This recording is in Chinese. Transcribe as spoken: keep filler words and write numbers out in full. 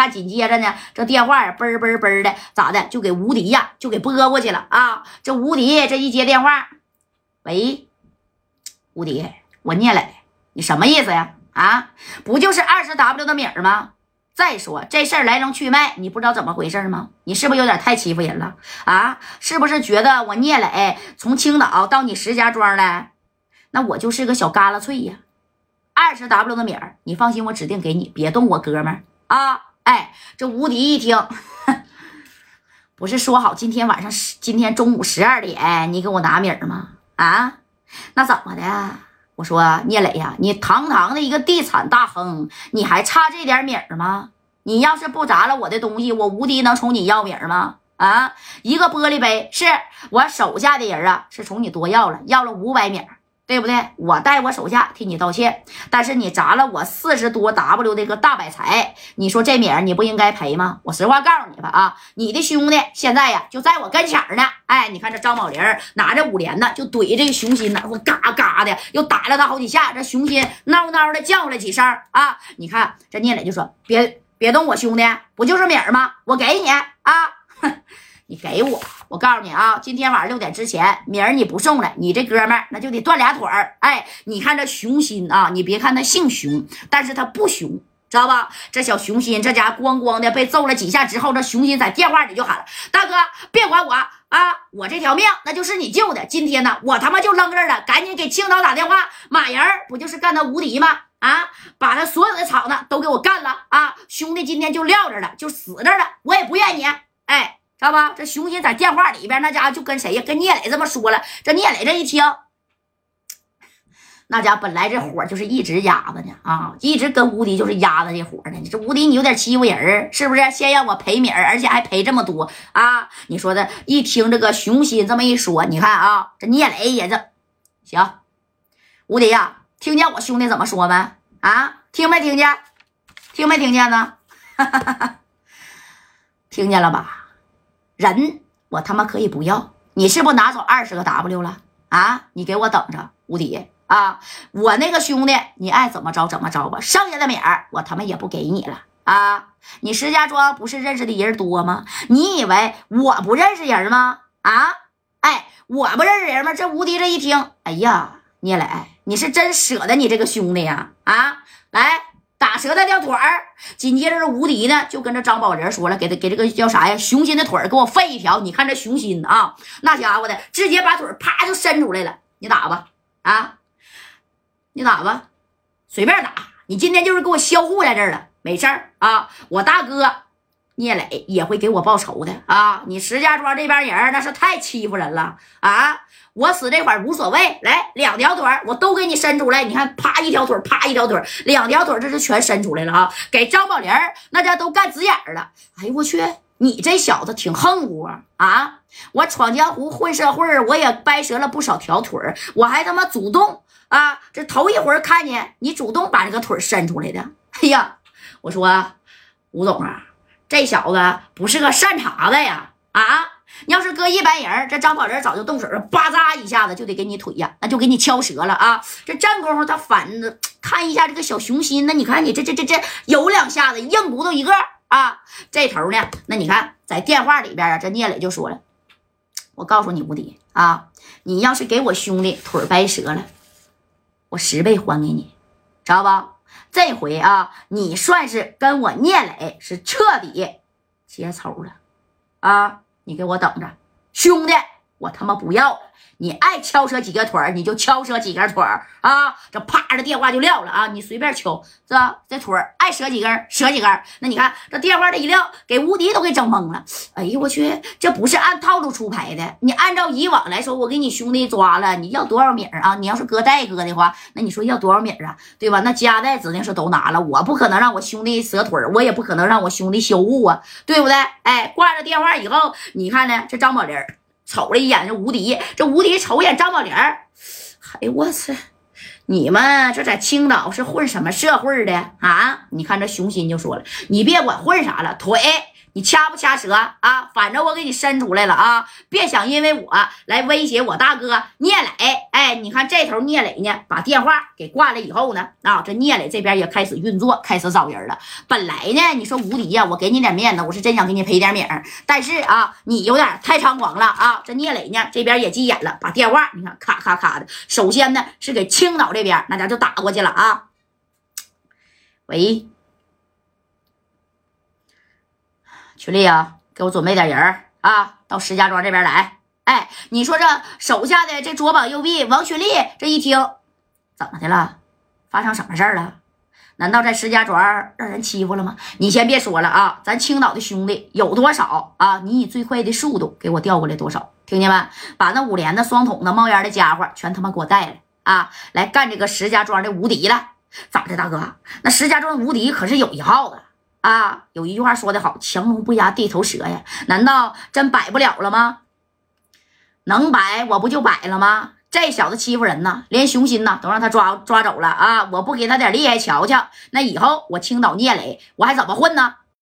看紧接着呢，这电话呀嘣儿嘣儿嘣儿的，咋的就给吴迪呀就给拨过去了啊！这吴迪这一接电话，喂，吴迪，我聂磊，你什么意思呀？啊，不就是二十 W 的米儿吗？再说这事儿来龙去脉，你不知道怎么回事吗？你是不是有点太欺负人了啊？是不是觉得我聂磊从青岛到你石家庄来，那我就是个小旮旯脆呀？二十 W 的米儿，你放心，我指定给你，别动我哥们儿啊！哎，这吴迪一听，不是说好今天晚上今天中午十二点你给我拿米儿吗？啊，那怎么的？我说聂磊呀，你堂堂的一个地产大亨，你还差这点米儿吗？你要是不砸了我的东西，我无敌能从你要米儿吗？啊，一个玻璃杯，是我手下的人啊，是从你多要了，要了五百米儿，对不对？我代我手下替你道歉，但是你砸了我四十多 W 的一个大摆财，你说这米儿你不应该赔吗？我实话告诉你吧啊，你的兄弟现在呀就在我跟前呢。哎，你看这张宝林拿着五连呢，就怼这个熊心呢，我嘎嘎的又打了他好几下，这熊心嗷嗷的叫了几声啊。你看这聂磊就说别别动我兄弟，不就是米儿吗？我给你啊，哼，你给我，我告诉你啊，今天晚上六点之前，米儿你不送来，你这哥们儿那就得断俩腿儿。哎，你看这熊心啊，你别看他姓熊，但是他不熊。知道吧？这小熊心这家咣咣的被揍了几下之后，这熊心在电话里就喊了：“大哥，别管我啊！我这条命那就是你救的。今天呢，我他妈就扔这儿了，赶紧给青岛打电话。马人不就是干他无敌吗？啊，把他所有的厂子都给我干了啊！兄弟今天就撂这儿了，就死这儿了，我也不怨你。哎，知道吧？这熊心在电话里边那家伙就跟谁呀？跟聂磊这么说了。这聂磊这一听。”那家本来这火就是一直压着呢啊，一直跟吴迪就是压着这火呢。你这吴迪你有点欺负人是不是？先让我赔米儿，而且还赔这么多啊！你说的，一听这个熊心这么一说，你看啊，这聂磊也这行。吴迪呀，听见我兄弟怎么说没？啊，听没听见？听没听见呢？听见了吧？人我他妈可以不要，你是不是拿走二十个 W 了啊？你给我等着，吴迪。啊，我那个兄弟，你爱怎么着怎么着吧，剩下的米儿我他妈也不给你了啊！你石家庄不是认识的人多吗？你以为我不认识人吗？啊，哎，我不认识人吗？这吴迪这一听，哎呀，聂磊，你是真舍得你这个兄弟呀？啊，来打折他条腿儿。紧接着这吴迪呢，就跟这张宝仁说了，给他给这个叫啥呀，熊心的腿儿给我废一条。你看这熊心啊，那家伙的直接把腿啪就伸出来了，你打吧，啊！你打吧，随便打。你今天就是给我销户在这儿了，没事儿啊。我大哥聂磊也会给我报仇的啊。你石家庄这边人那是太欺负人了啊。我死这会儿无所谓，来两条腿我都给你伸出来。你看，啪一条腿，啪一条腿，两条腿这是全伸出来了啊。给张宝林那家都干直眼了。哎呦我去！你这小子挺横乎啊！啊，我闯江湖混社会，我也掰折了不少条腿儿，我还他妈主动啊！这头一回看见你主动把这个腿伸出来的。哎呀，我说吴总啊，这小子不是个善茬子呀！啊，你要是搁一般人，这张宝仁早就动手了，吧嗒一下子就得给你腿呀，那就给你敲折了啊！这正功夫他反看一下这个小熊心，那你看你这这这这有两下子硬骨头一个。啊，这头呢？那你看，在电话里边啊，这聂磊就说了：“我告诉你，吴迪啊，你要是给我兄弟腿掰折了，我十倍还给你，知道吧？这回啊，你算是跟我聂磊是彻底结仇了啊！你给我等着，兄弟，我他妈不要了。”你爱敲折几个腿儿，你就敲折几根腿儿啊！这啪的电话就撂了啊！你随便敲，是吧？这腿儿爱折几根折几根。那你看这电话这一撂，给吴迪都给整懵了。哎呦我去，这不是按套路出牌的。你按照以往来说，我给你兄弟抓了，你要多少米儿啊？你要是搁代哥的话，那你说要多少米儿啊？对吧？那家代指定是都拿了，我不可能让我兄弟折腿儿，我也不可能让我兄弟销户啊，对不对？哎，挂着电话以后，你看呢？这张宝林瞅了一眼这吴迪，这吴迪瞅一眼张宝莲，哎我操！你们这在青岛是混什么社会的啊？你看这熊心就说了，你别管混啥了，腿你掐不掐舌啊？反正我给你伸出来了啊！别想因为我来威胁我大哥聂磊。哎，你看这头聂磊呢，把电话给挂了以后呢，啊，这聂磊这边也开始运作，开始找人了。本来呢，你说无敌呀、啊，我给你点面子，我是真想给你赔点名，但是啊，你有点太猖狂了啊！这聂磊呢，这边也急眼了，把电话你看咔咔咔的，首先呢是给青岛这边那家就打过去了啊。喂。群里啊，给我准备点人啊，到石家庄这边来。哎，你说这手下的这左膀右臂王群力这一听，怎么的了？发生什么事儿了？难道在石家庄让人欺负了吗？你先别说了啊，咱青岛的兄弟有多少啊？你以最快的速度给我调过来多少？听见没？把那五连的、双筒的、冒烟的家伙全他妈给我带来啊！来干这个石家庄的无敌了。咋的，大哥？那石家庄无敌可是有一号的。啊，有一句话说得好，强龙不压地头蛇呀，难道真摆不了了吗？能摆我不就摆了吗？这小子欺负人呢，连熊心呢都让他抓抓走了啊！我不给他点厉害瞧瞧，那以后我青岛聂磊我还怎么混呢？